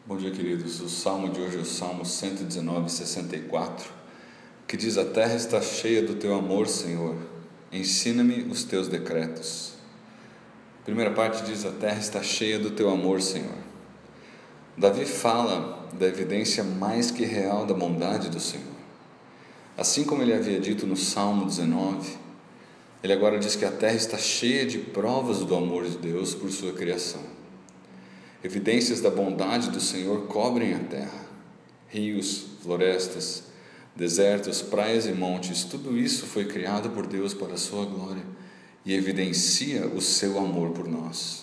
Bom dia, queridos. O salmo de hoje é o Salmo 119, 64, que diz: A terra está cheia do teu amor, Senhor, ensina-me os teus decretos. A primeira parte diz: a terra está cheia do teu amor, Senhor. Davi fala da evidência mais que real da bondade do Senhor. Assim como ele havia dito no Salmo 19, ele agora diz que a terra está cheia de provas do amor de Deus por sua criação. Evidências da bondade do Senhor cobrem a terra. Rios, florestas, desertos, praias e montes, tudo isso foi criado por Deus para a sua glória e evidencia o seu amor por nós.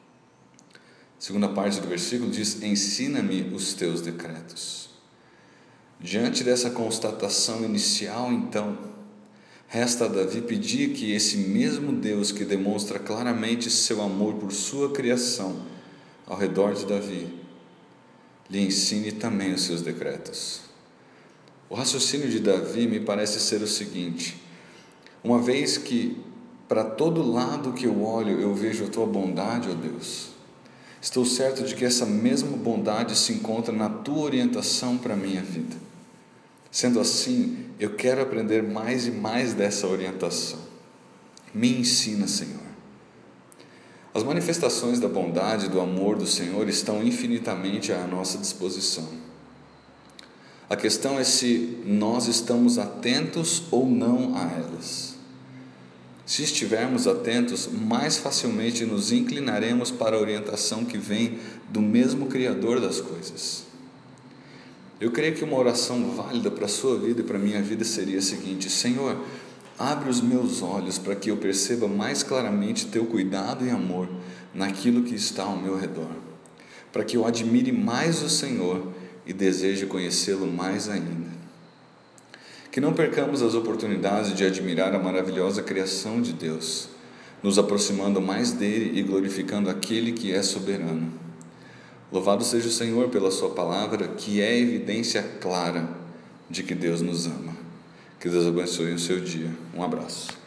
A segunda parte do versículo diz: ensina-me os teus decretos. Diante dessa constatação inicial, então, resta a Davi pedir que esse mesmo Deus que demonstra claramente seu amor por sua criação ao redor de Davi, lhe ensine também os seus decretos. O raciocínio de Davi me parece ser o seguinte: uma vez que para todo lado que eu olho eu vejo a tua bondade, ó Deus, estou certo de que essa mesma bondade se encontra na tua orientação para a minha vida. Sendo assim, eu quero aprender mais e mais dessa orientação. Me ensina, Senhor. As manifestações da bondade e do amor do Senhor estão infinitamente à nossa disposição. A questão é se nós estamos atentos ou não a elas. Se estivermos atentos, mais facilmente nos inclinaremos para a orientação que vem do mesmo Criador das coisas. Eu creio que uma oração válida para a sua vida e para a minha vida seria a seguinte: Senhor, abre os meus olhos para que eu perceba mais claramente teu cuidado e amor naquilo que está ao meu redor, para que eu admire mais o Senhor e deseje conhecê-lo mais ainda. Que não percamos as oportunidades de admirar a maravilhosa criação de Deus, nos aproximando mais dele e glorificando aquele que é soberano. Louvado seja o Senhor pela sua palavra, que é evidência clara de que Deus nos ama. Que Deus abençoe o seu dia. Um abraço.